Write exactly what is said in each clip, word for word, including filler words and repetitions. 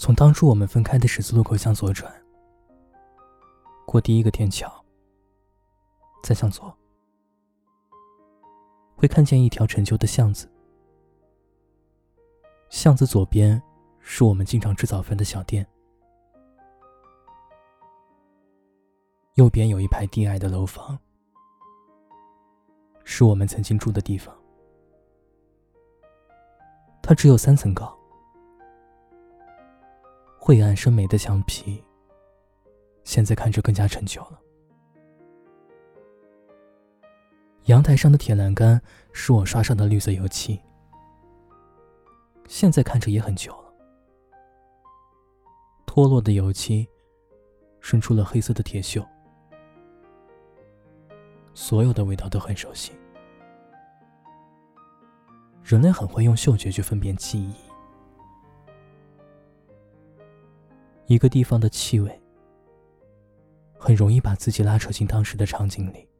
从当初我们分开的十字路口向左转，过第一个天桥，再向左，会看见一条陈旧的巷子。巷子左边是我们经常吃早饭的小店，右边有一排低矮的楼房，是我们曾经住的地方。它只有三层高，晦暗深霉的墙皮现在看着更加陈旧了。阳台上的铁栏杆是我刷上的绿色油漆，现在看着也很旧了。脱落的油漆渗出了黑色的铁锈，所有的味道都很熟悉。人类很会用嗅觉去分辨记忆，一个地方的气味很容易把自己拉扯进当时的场景里。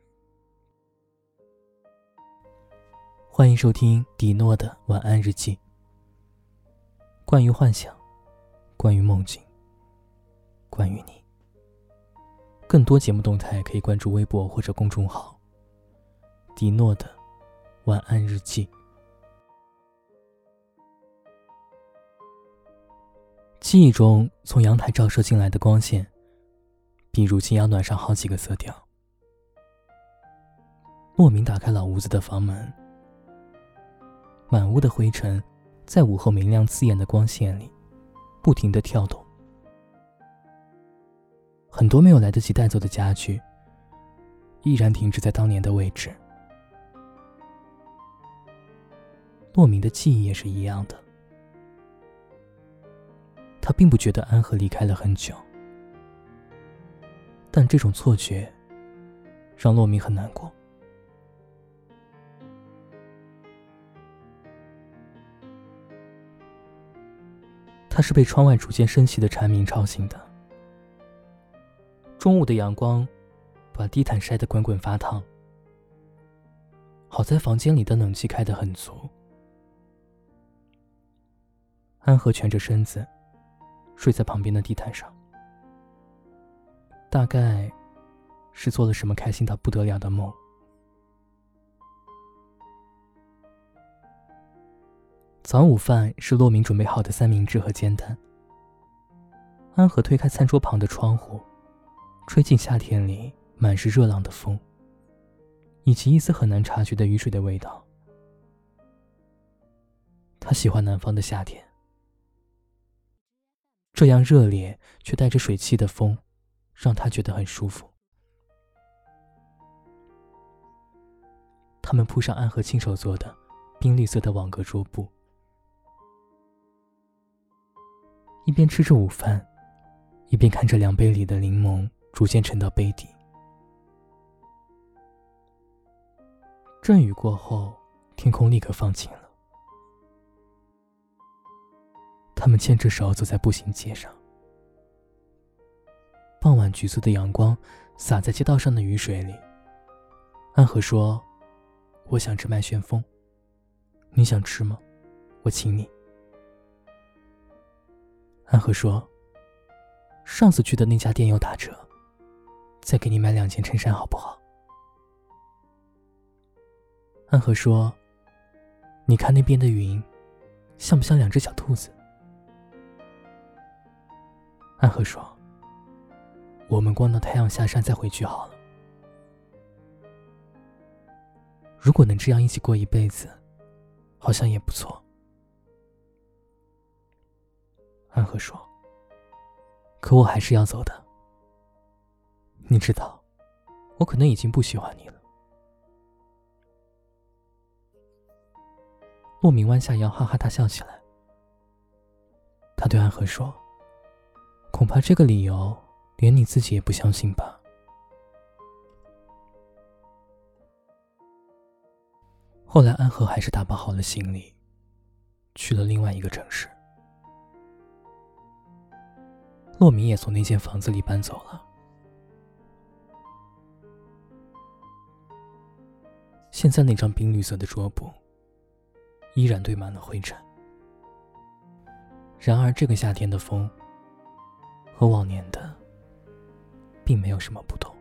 欢迎收听迪诺的晚安日记，关于幻想，关于梦境，关于你。更多节目动态可以关注微博或者公众号迪诺的晚安日记。记忆中从阳台照射进来的光线比如今要暖上好几个色调。莫名打开老屋子的房门，满屋的灰尘在午后明亮刺眼的光线里不停地跳动。很多没有来得及带走的家具依然停滞在当年的位置。莫名的记忆也是一样的，他并不觉得安和离开了很久，但这种错觉让洛明很难过。他是被窗外逐渐升起的蝉鸣吵醒的。中午的阳光把地毯晒得滚滚发烫，好在房间里的冷气开得很足。安和蜷着身子睡在旁边的地毯上，大概是做了什么开心到不得了的梦。早午饭是洛明准备好的三明治和煎蛋。安和推开餐桌旁的窗户，吹进夏天里满是热浪的风，以及一丝很难察觉的雨水的味道。他喜欢南方的夏天，这样热烈却带着水汽的风让他觉得很舒服。他们铺上安和亲手做的冰绿色的网格桌布，一边吃着午饭，一边看着量杯里的柠檬逐渐沉到杯底。阵雨过后，天空立刻放晴了。他们牵着手走在步行街上，傍晚橘色的阳光洒在街道上的雨水里。安和说：“我想吃麦旋风，你想吃吗？我请你。”安和说：“上次去的那家店有打折，再给你买两件衬衫好不好？”安和说：“你看那边的云，像不像两只小兔子？”安和说：“我们逛到太阳下山再回去好了。如果能这样一起过一辈子，好像也不错。”安和说：“可我还是要走的。你知道，我可能已经不喜欢你了。”洛明弯下腰，哈哈大笑起来。他对安和说：“恐怕这个理由连你自己也不相信吧。”后来安和还是打包好了行李，去了另外一个城市。洛明也从那间房子里搬走了。现在那张冰绿色的桌布依然堆满了灰尘， 然而这个夏天的风和往年的并没有什么不同。